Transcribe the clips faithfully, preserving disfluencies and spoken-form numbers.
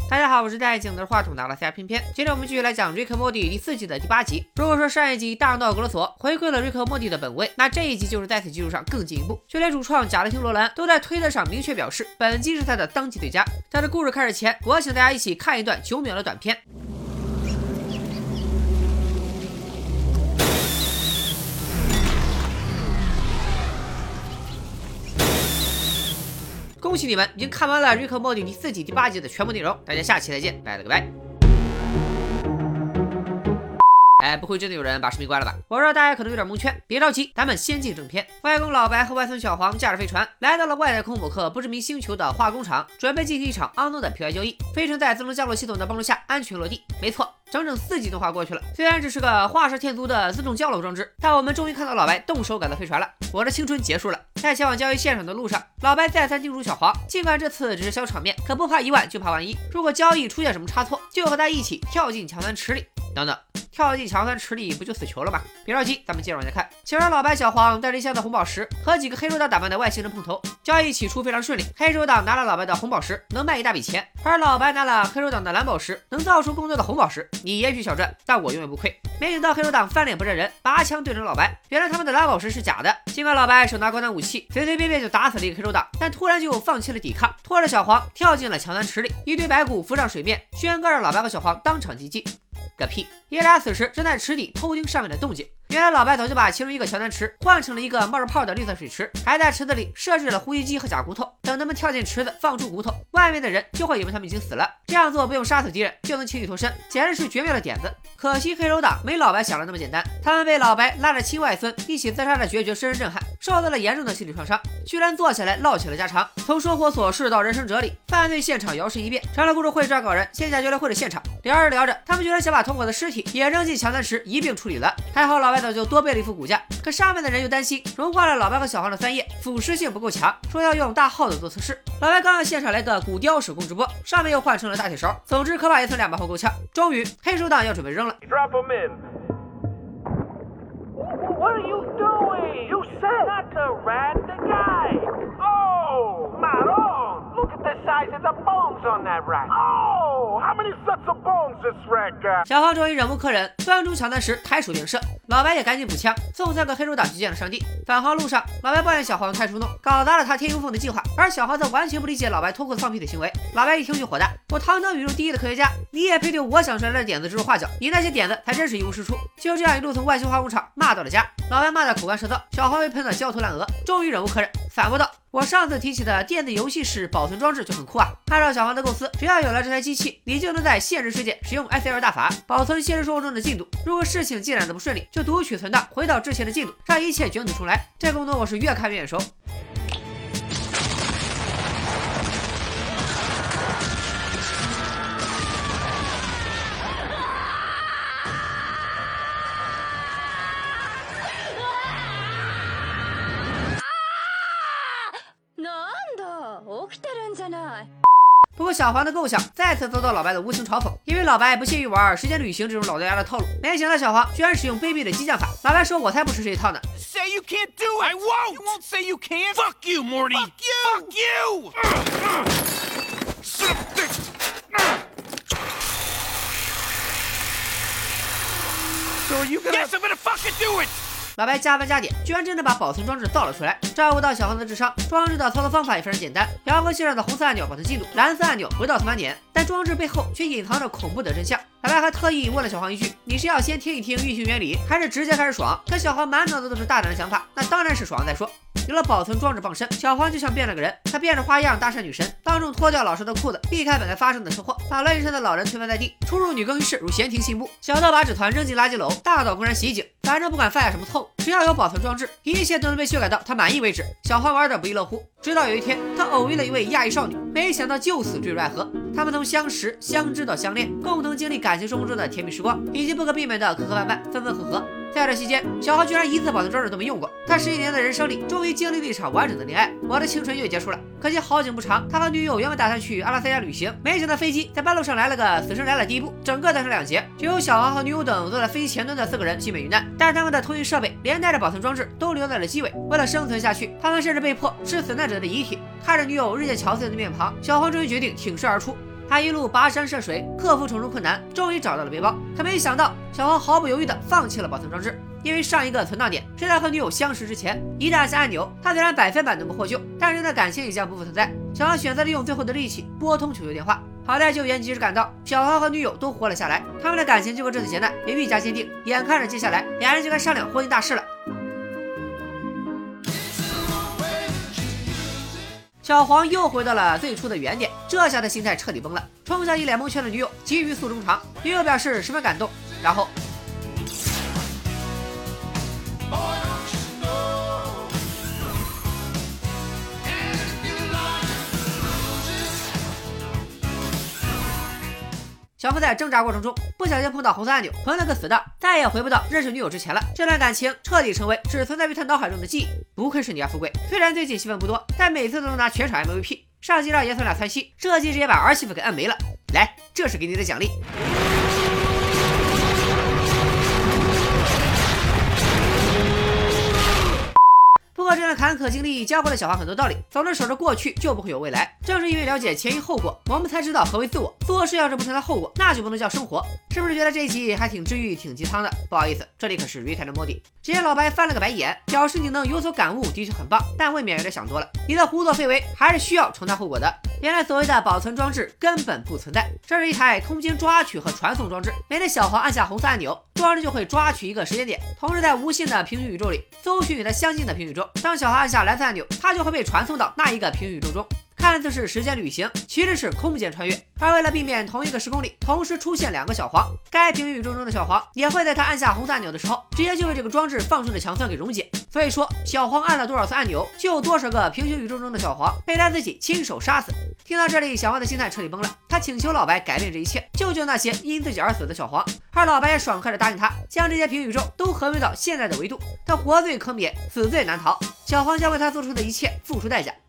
大家好，我是戴镜拿着话筒拿了下片片。今天我们继续来讲《瑞克莫蒂》第四季的第八集。如果说上一集大闹格罗索回归了瑞克莫蒂的本位，那这一集就是在此基础上更进一步。就连主创贾雷汀·罗兰都在推特上明确表示，本集是他的当季最佳。在这故事开始前，我请大家一起看一段九秒的短片。恭喜你们已经看完了《瑞克莫蒂》第四季第八集的全部内容，大家下期再见，拜了个拜。哎，不会真的有人把视频关了吧？我知道大家可能有点蒙圈，别着急，咱们先进正片。外公老白和外孙小黄驾着飞船来到了外太空某颗不知名星球的化工厂，准备进行一场肮脏的皮外交易。飞船在自动降落系统的帮助下安全落地。没错，整整四集动画过去了，虽然只是个画蛇添足的自动降落装置，但我们终于看到老白动手改造飞船了。我的青春结束了。在前往交易现场的路上，老白再三叮嘱小黄，尽管这次只是小场面，可不怕一万就怕万一，如果交易出现什么差错，就和他一起跳进强酸池里。等等，跳进强酸池里不就死球了吗？别着急，咱们接着往下看。请让老白、小黄带着一箱的红宝石和几个黑手党打扮的外星人碰头，交易起初非常顺利。黑手党拿了老白的红宝石，能卖一大笔钱，而老白拿了黑手党的蓝宝石，能造出更多的红宝石。你也许小赚，但我永远不亏。没想到黑手党翻脸不认人，拔枪对准老白。原来他们的蓝宝石是假的。尽管老白手拿高端武器，随随便便就打死了一个黑手党，但突然就放弃了抵抗，拖着小黄跳进了强酸池里。一堆白骨浮上水面，宣告让老白和小黄当场击毙。个屁！爷俩此时正在池底偷听上面的动静。原来老白早就把其中一个强酸池换成了一个冒着泡的绿色水池，还在池子里设置了呼吸机和假骨头，等他们跳进池子放出骨头，外面的人就会以为他们已经死了。这样做不用杀死敌人就能轻易脱身，简直是绝妙的点子。可惜黑手党没老白想的那么简单，他们被老白拉着亲外孙一起自杀的决绝深深震撼，受到了严重的心理创伤，居然坐下来唠起了家常，从生活琐事到人生哲理，犯罪现场摇身一变，成了故事会撰稿人、线下交流会的现场。聊着聊着，他们居然想把同伙的尸体也扔进强酸池一并处理了。还好老白早就多备了一副骨架，可上面的人又担心融化了老白和小黄的酸液，腐蚀性不够强，说要用大耗子做测试。老白刚要现场来个骨雕手工直播，上面又换成了大铁勺。总之可怕一寸两把后够呛。终于黑手党要准备扔了。 Drop him in. What are you doing? You said not to rat the guy. Oh, Maron, look at the size of the bones on that rat. Oh, how many sets of bones this rat got? 小黄终于忍无可忍，钻出强酸石，抬手并射。老白也赶紧补枪，送三个黑手党去见了上帝。返航路上，老白抱怨小黄太冲动，搞砸了他天牛凤的计划，而小黄则完全不理解老白脱裤子放屁的行为。老白一听就火大，我堂堂宇宙第一的科学家，你也配对我想出来的点子指手画脚？你那些点子还真是一无是处。就这样一路从外星化工厂骂到了家，老白骂得口干舌燥，小黄被喷得焦头烂额，终于忍无可忍，反驳道：我上次提起的电子游戏室保存装置就很酷啊！按照小黄的构思，只要有了这台机器，你就能在现实世界使用 S L 大法保存现实生活中的进度。如果事情进展的不顺利，就读取存档回到之前的进度，让一切卷土重来。这功能我是越看越眼熟。不过小黄的构想再次遭到老白的无情嘲讽，因为老白不屑于玩时间旅行这种老掉牙的套路。没想到小黄居然使用卑鄙的激将法，老白说我才不吃这一套呢。 Say you can't do it. I won't. You won't say you can't. Fuck you, Morty. Fuck you. Fuck you. Son of a bitch. So are you gonna? Yes, I'm gonna fucking do it. 老白加班加点，居然真的把保存装置造了出来。照顾到小黄的智商，装置的操作方法也非常简单：遥控器上的红色按钮保存进度，蓝色按钮回到存盘点。但装置背后却隐藏着恐怖的真相。老白还特意问了小黄一句：你是要先听一听运行原理，还是直接开始爽？可小黄满脑子都是大胆的想法，那当然是爽再说。有了保存装置傍身，小黄就像变了个人，他变着花样搭讪女神，当众脱掉老师的裤子，避开本该发生的车祸，把轮椅上的老人推翻在地，出入女更衣室如闲庭信步。小豆把纸团扔进垃圾篓，大岛公然袭警。反正不管犯下什么错误，只要有保存装置，一切都能被修改到他满意为止。小黄玩得不亦乐乎，直到有一天，他偶遇了一位亚裔少女，没想到就此坠入爱河。他们从相识、相知到相恋，共同经历感情生活中的甜蜜时光，以及不可避免的磕磕绊绊、分分合合。在这期间，小黄居然一次保存装置都没用过。他十一年的人生里，终于经历了一场完整的恋爱，我的青春又结束了。可惜好景不长，他和女友原本打算去阿拉斯加旅行，没想到飞机在半路上来了个死神来了第一步，整个断成两截，只有小黄和女友等坐在飞机前端的四个人幸免于难。但是他们的通讯设备连带着保存装置都留在了机尾，为了生存下去，他们甚至被迫吃死难者的遗体。看着女友日渐憔悴的面庞，小黄终于决定挺身而出。 他一路跋山涉水，克服重重困难，终于找到了背包。可没想到，小黄毫不犹豫地放弃了保存装置，因为上一个存档点是在和女友相识之前。一旦按下按钮，他虽然百分百能够获救，但人的感情已将不复存在。小黄选择利用最后的力气拨通求救电话。好在救援及时赶到，小黄和女友都活了下来，他们的感情经过这次劫难也愈加坚定。眼看着接下来两人就该商量婚姻大事了。小黄又回到了最初的原点，这下的心态彻底崩了，冲向一脸蒙圈的女友，急于诉衷肠。女友表示十分感动，然后小黄在挣扎过程中不小心碰到红色按钮，存了个死的，再也回不到认识女友之前了。这段感情彻底成为只存在于他脑海中的记忆。不愧是你家富贵，虽然最近戏份不多，但每次都能拿全场 M V P。上集让爷孙俩窜戏，这集直接把儿媳妇给摁没了。来，这是给你的奖励。不过这段坎坷经历教会了小黄很多道理，总是守着过去就不会有未来。正是因为了解前因后果，我们才知道何为自我。做事要是不承担后果，那就不能叫生活。是不是觉得这一集还挺治愈挺鸡汤的？不好意思，这里可是 Rick and Morty。只见老白翻了个白眼，表示你能有所感悟的确很棒，但未免有点想多了。你的胡作非为还是需要承担后果的。原来所谓的保存装置根本不存在，这是一台空间抓取和传送装置。每当小黄按下红色按钮，装置就会抓取一个时间点，同时在无限的平行宇宙里搜寻与它相近的平行宇宙。当小黄按下蓝色按钮，它就会被传送到那一个平行宇宙中。看似是时间旅行，其实是空间穿越。而为了避免同一个时空里同时出现两个小黄，该平行宇宙中的小黄也会在他按下红色按钮的时候，直接就被这个装置放出的强酸给溶解。所以说，小黄按了多少次按钮，就有多少个平行宇宙中的小黄被他自己亲手杀死。听到这里，小黄的心态彻底崩了，他请求老白改变这一切，救救那些因自己而死的小黄。而老白也爽快地答应他，将这些平行宇宙都合并到现在的维度。他活罪可免，死罪难逃。小黄将为他做出的一切付出代价。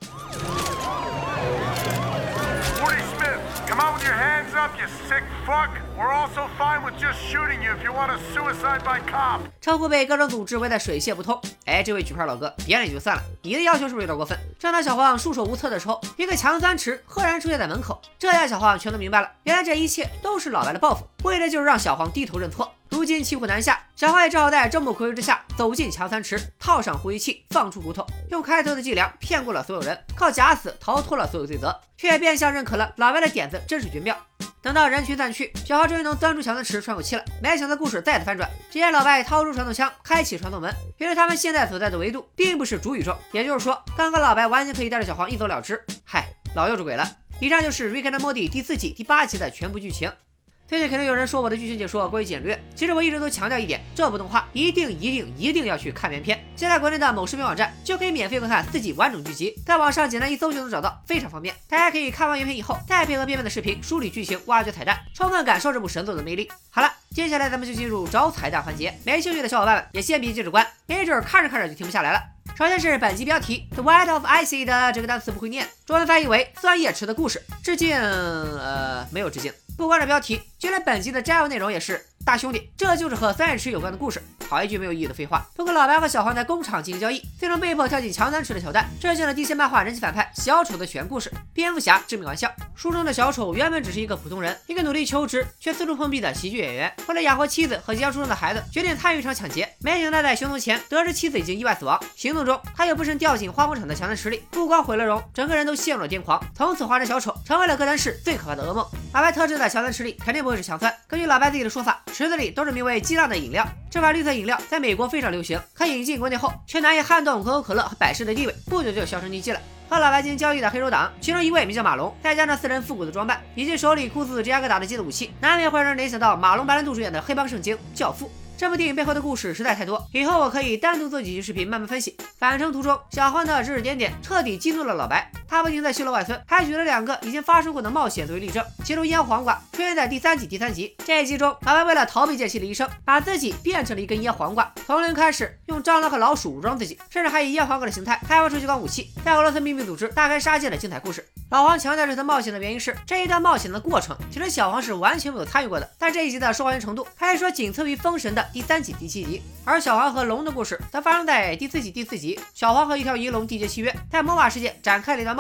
Come on with your hands up, you sick fuck. We're also fine with just shooting you if you want a suicide by cop. 称呼被各种组织围得水泄不通。哎，这位举牌老哥，别了也就算了，你的要求是不是有点过分？正当小黄束手无策的时候，一个强酸池赫然出现在门口。这下小黄全都明白了，原来这一切都是老白的报复，为的就是让小黄低头认错。如今骑虎难下，小黄也只好在众目睽睽之下走进强酸池，套上呼吸器，放出骨头，用开头的伎俩骗过了所有人，靠假死逃脱了所有罪责，却变相认可了老白的点子真是绝妙。等到人群散去，小黄终于能钻出强酸池喘口气了。没想到故事再次反转，只见老白掏出传送枪，开启传送门。原来他们现在所在的维度并不是主宇宙，也就是说，刚刚老白完全可以带着小黄一走了之。嗨，老幼稚鬼了。以上就是《Rick and Morty》第四季第八集的全部剧情。最近肯定有人说我的剧情解说过于简略，其实我一直都强调一点，这部动画一定一定一定要去看原片。现在国内的某视频网站就可以免费观看四季完整剧集，在网上简单一搜就能找到，非常方便。大家可以看完原片以后，再配合片面的视频梳理剧情、挖掘彩蛋，充分感受这部神作的魅力。好了，接下来咱们就进入找彩蛋环节，没兴趣的小伙伴们也先别急着关，没准看着看着就停不下来了。首先是本集标题 The White of Icy 的这个单词不会念，中文翻译为酸液池的故事。致敬呃没有致敬。不光是标题，就连本集的摘要内容也是大兄弟，这就是和酸液池有关的故事。好一句没有意义的废话。不过老白和小黄在工厂进行交易，最终被迫跳进强酸池的桥段，致敬了 D C 漫画人气反派小丑的全故事。蝙蝠侠致命玩笑。书中的小丑原本只是一个普通人，一个努力求职却四处碰壁的喜剧演员。为了养活妻子和即将出生的孩子，决定参与一场抢劫。没想到在行动前得知妻子已经意外死亡，行动中他又不慎掉进化工厂的强酸池里，不光毁了容，整个人都陷入了癫狂。从此化身小丑，成为了哥谭市最可怕的噩梦。老白特制的强酸池里肯定不会是强酸，根据老白自己的说法，池子里都是名为激浪的饮料。这款绿色饮料在美国非常流行，可引进国内后却难以撼动可口可乐和百事的地位，不久就销声匿迹了。和老白进行交易的黑手党，其中一位名叫马龙，再加上四人复古的装扮，以及手里酷似芝加哥打的机的武器，难免会让人联想到马龙白兰度主演的黑帮圣经《教父》。这部电影背后的故事实在太多，以后我可以单独做几期视频慢慢分析。返程途中，小黄的指指点点彻底激怒了老白，他不仅在奚落外孙，还举了两个已经发生过的冒险作为例证，其中腌黄瓜出现在第三集第三集。这一集中，老白为了逃避见习的医生，把自己变成了一根腌黄瓜，从零开始用蟑螂和老鼠武装自己，甚至还以腌黄瓜的形态开发出激光武器，在俄罗斯秘密组织大开杀戒的精彩故事。老黄强调这次冒险的原因是，这一段冒险的过程其实小黄是完全没有参与过的，但这一集的受欢迎程度可以说仅次于封神的第三集第七集。而小黄和龙的故事则发生在第四集第四集，小黄和一条银龙缔结契约，在魔法世界展开了一段冒险。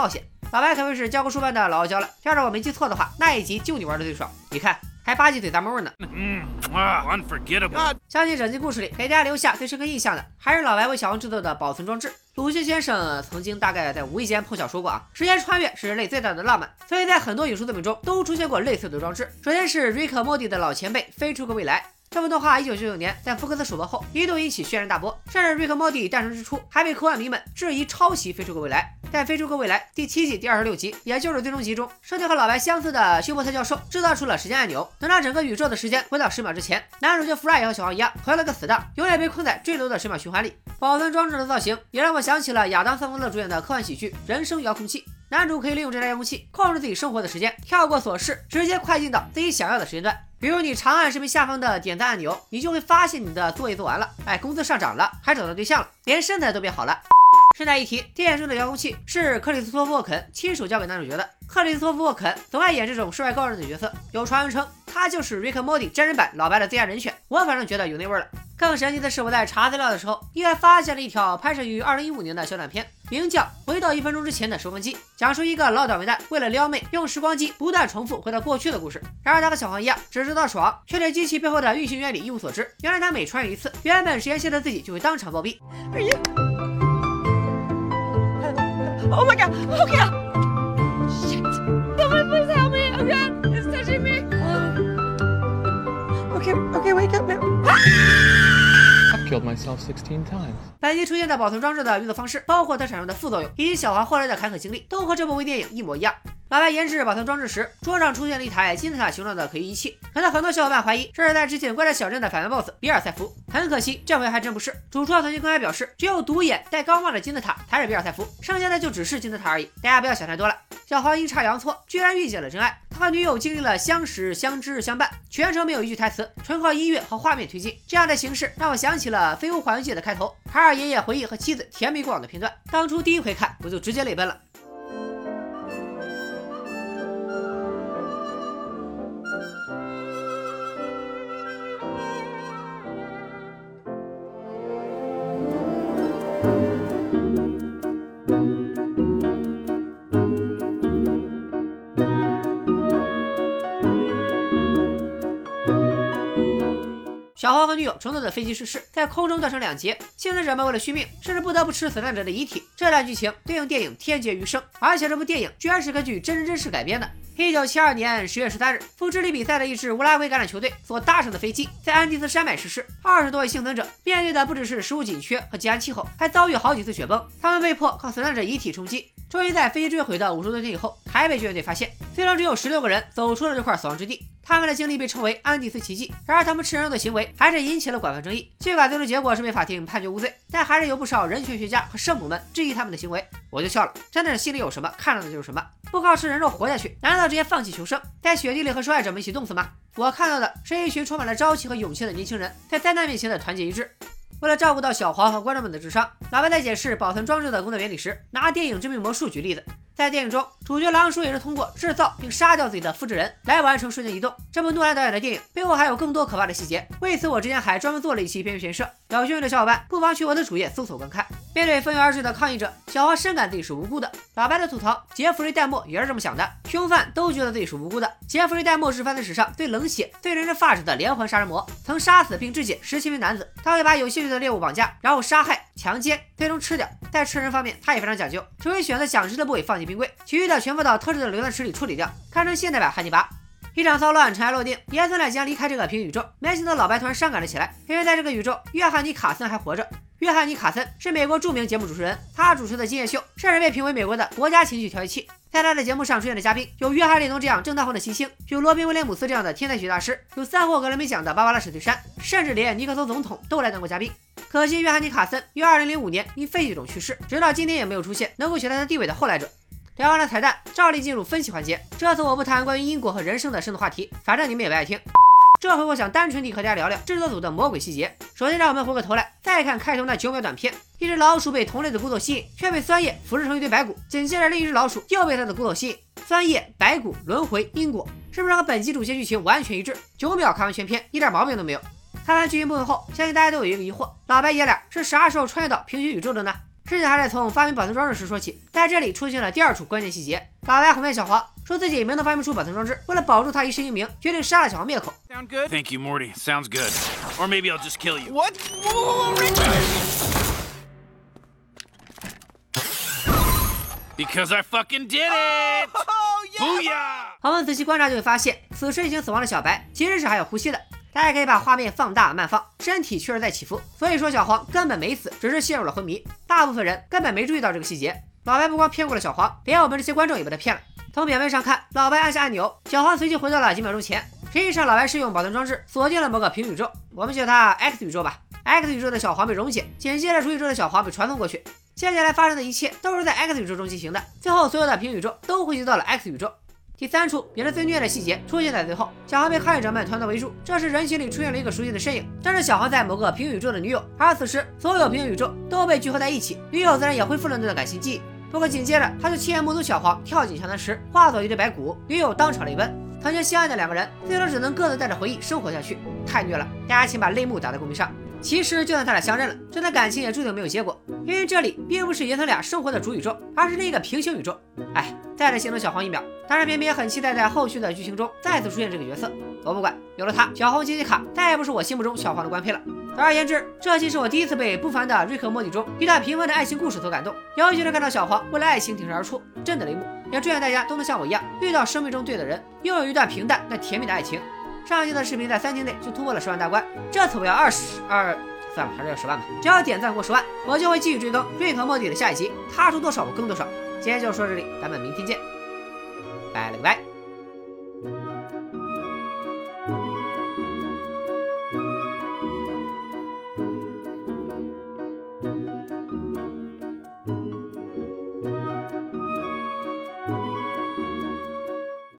老白可谓是教过书般的老傲娇了。要是我没记错的话，那一集就你玩的最爽。你看，还吧唧嘴咂摸呢。 Mm, ah, unforgettable. 相信整集故事里给大家留下最深刻印象的，还是老白为小黄制作的保存装置。鲁迅先生曾经大概在无意间碰巧说过啊，时间穿越是人类最大的浪漫，所以在很多影视作品中都出现过类似的装置。首先是瑞克莫蒂的老前辈飞出个未来。这部动画一九九九年在福克斯首播后，一度引起轩然大波，甚至瑞克莫蒂诞生之初还被科幻迷们质疑抄袭《飞出个未来》。在《飞出个未来》第七季第二十六集，也就是最终集中，设定和老白相似的休伯特教授制造出了时间按钮，能让整个宇宙的时间回到十秒之前。男主角弗莱和小黄一样，回了个死档，永远被困在坠楼的十秒循环里。保存装置的造型也让我想起了亚当·桑德勒主演的科幻喜剧《人生遥控器》。男主可以利用这台遥控器控制自己生活的时间，跳过琐事，直接快进到自己想要的时间段。比如你长按视频下方的点赞按钮，你就会发现你的作业做完了，哎，工资上涨了，还找到对象了，连身材都变好了。顺带一提，电影中的遥控器是克里斯托弗·沃肯亲手交给男主角的。克里斯托弗·沃肯总爱演这种世外高人的角色，有传闻称他就是瑞克莫蒂真人版老白的最佳人选。我反正觉得有那味儿了。更神奇的是，我在查资料的时候，意外发现了一条拍摄于二零一五年的小短片，名叫《回到一分钟之前的时光机》，讲述一个老倒霉蛋为了撩妹，用时光机不断重复回到过去的故事。然而他和小黄一样，只知道爽，却对机器背后的运行原理一无所知。原来他每穿越一次，原本实验线的自己就会当场暴毙。 Oh my god! Oh god! Shit! Someone please help me! Oh god! It's touching me! Okay, okay, wake up now. I've killed myself sixteen times. 本集出现的保存装置的运作方式，包括它产生的副作用，以及小黄后来的坎坷经历，都和这部微电影一模一样。老白研制保存装置时，桌上出现了一台金字塔形状的可疑仪器，可能很多小伙伴怀疑这是在致敬怪盗小镇的反面 boss 比尔塞福。很可惜，这回还真不是。主创曾经公开表示，只有独眼戴高帽的金字塔才是比尔塞福，剩下的就只是金字塔而已。大家不要想太多了。小黄阴差阳错，居然遇见了真爱。他和女友经历了相识、相知、相伴，全程没有一句台词，纯靠音乐和画面推进。这样的形式让我想起了《飞屋环游记》的开头，海尔爷爷回忆和妻子甜蜜过往的片段。当初第一回看，我就直接泪奔了。小黄和女友乘坐的飞机失事，在空中断成两截，幸存者们为了续命，甚至不得不吃死难者的遗体。这段剧情对应电影《天劫余生》，而且这部电影居然是根据真人真事改编的。一九七二年十月十三日，赴智利比赛的一支乌拉圭橄榄球队所搭乘的飞机在安第斯山脉失事，二十多位幸存者面对的不只是食物紧缺和极寒气候，还遭遇好几次雪崩，他们被迫靠死难者遗体充饥。终于在飞机坠毁的五十多天以后，才被救援队发现，虽然只有十六个人走出了这块死亡之地。他们的经历被称为安第斯奇迹，然而他们吃人肉的行为还是引起了广泛争议。尽管最终结果是被法庭判决无罪，但还是有不少人权学家和圣母们质疑他们的行为。我就笑了，真的是心里有什么看到的就是什么。不靠吃人肉活下去，难道直接放弃求生，在雪地里和受害者们一起冻死吗？我看到的是一群充满了朝气和勇气的年轻人在灾难面前的团结一致。为了照顾到小黄和观众们的智商，老白在解释保存装置的工作原理时，拿电影《致命魔术》举例子。在电影中，主角狼叔也是通过制造并杀掉自己的复制人来完成瞬间移动。这部诺兰导演的电影背后还有更多可怕的细节，为此我之前还专门做了一期边缘悬设，有兴趣的小伙伴不妨去我的主页搜索观看。面对蜂拥而至的抗议者，小黄深感自己是无辜的。老白的吐槽，杰弗瑞·戴默也是这么想的，凶犯都觉得自己是无辜的。杰弗瑞·戴默是犯罪史上最冷血、最令人发指的连环杀人魔，曾杀死并肢解十七名男子。他会把有兴趣的猎物绑架，然后杀害、强奸，最终吃掉。在吃人方面，他也非常讲究，只会选择想吃的部位放进冰柜，其余的全部到特制的榴弹池里处理掉，堪称现代版汉尼拔。一场骚乱尘埃落定，爷孙俩将离开这个平行宇宙。没想到老白突然伤感了起来，因为在这个宇宙，约翰尼·卡森还活着。约翰尼·卡森是美国著名节目主持人，他主持的《今夜秀》甚至被评为美国的国家情绪调节器。在他的节目上出现的嘉宾有约翰列侬这样正当红的新星，有罗宾威廉姆斯这样的天才学大师，有三获格莱美奖的芭芭拉史翠珊，甚至连尼克松总统都来当过嘉宾。可惜约翰尼·卡森于二零零五年因肺气肿去世，直到今天也没有出现能够取代他地位的后来者。聊完了彩蛋，照例进入分析环节。这次我不谈关于因果和人生的深度话题，反正你们也不爱听。这回我想单纯地和大家聊聊制作组的魔鬼细节。首先让我们回过头来再看开头那九秒短片，一只老鼠被同类的骨头吸引，却被酸液腐蚀成一堆白骨，紧接着另一只老鼠又被它的骨头吸引，酸液、白骨、轮回、因果，是不是和本集主线剧情完全一致？九秒看完全片，一点毛病都没有。看完剧情部分后，相信大家都有一个疑惑：老白爷俩是啥时候穿越到平行宇宙的呢？ 事情还得从发明保存装置时说起。在这里出现了第二处关键细节，老白哄骗小黄，说自己没能发明出保存装置，为了保住他一世英名，决定杀了小黄灭口。 Sound good? Thank you, Morty. Sounds good. Or maybe I'll just kill you. What? Whoa, whoa, whoa, Richard! Because I fucking did it! Oh, yeah! Booyah! 我们仔细观察就会发现，此时已经死亡的小白其实是还有呼吸的。大家可以把画面放大慢放，身体确实在起伏。所以说小黄根本没死，只是陷入了昏迷。大部分人根本没注意到这个细节。老白不光骗过了小黄，连我们这些观众也被他骗了。从表面上看，老白按下按钮，小黄随即回到了几秒钟前。实际上，老白是用保存装置锁定了某个平行宇宙，我们叫它 X 宇宙吧。X 宇宙的小黄被溶解，紧接着主宇宙的小黄被传送过去。接下来发生的一切都是在 X 宇宙中进行的，最后所有的平行宇宙都汇集到了 X 宇宙。第三处也是最虐的细节出现在最后，小黄被抗议者们团团围住，这时人群里出现了一个熟悉的身影，这是小黄在某个平行宇宙的女友。而此时所有平行宇宙都被聚合在一起，女友自然也恢复了那段感情记忆。不过紧接着他就亲眼目睹小黄跳进强滩时化作一堆白骨，女友当场泪奔。曾经相爱的两个人最终只能各自带着回忆生活下去，太虐了！大家请把泪目打在公屏上。其实就算他俩相认了，这段感情也注定没有结果，因为这里并不是爷孙俩生活的主宇宙，而是另一个平行宇宙。哎，再来心疼小黄一秒。当然，偏偏很期待在后续的剧情中再次出现这个角色。我不管，有了他，小黄杰西卡再也不是我心目中小黄的官配了。总而言之，这期是我第一次被不凡的瑞克莫蒂中一段平凡的爱情故事所感动，尤其是看到小黄为了爱情挺身而出，真的泪目。也祝愿大家都能像我一样，遇到生命中对的人，拥有一段平淡但甜蜜的爱情。上一期的视频在三天内就突破了十万大关，这次我要二十二，算了，还是要十万吧。只要点赞过十万，我就会继续追更瑞克莫蒂的下一集，他出多少我更多少。今天就说到这里，咱们明天见，拜了个拜。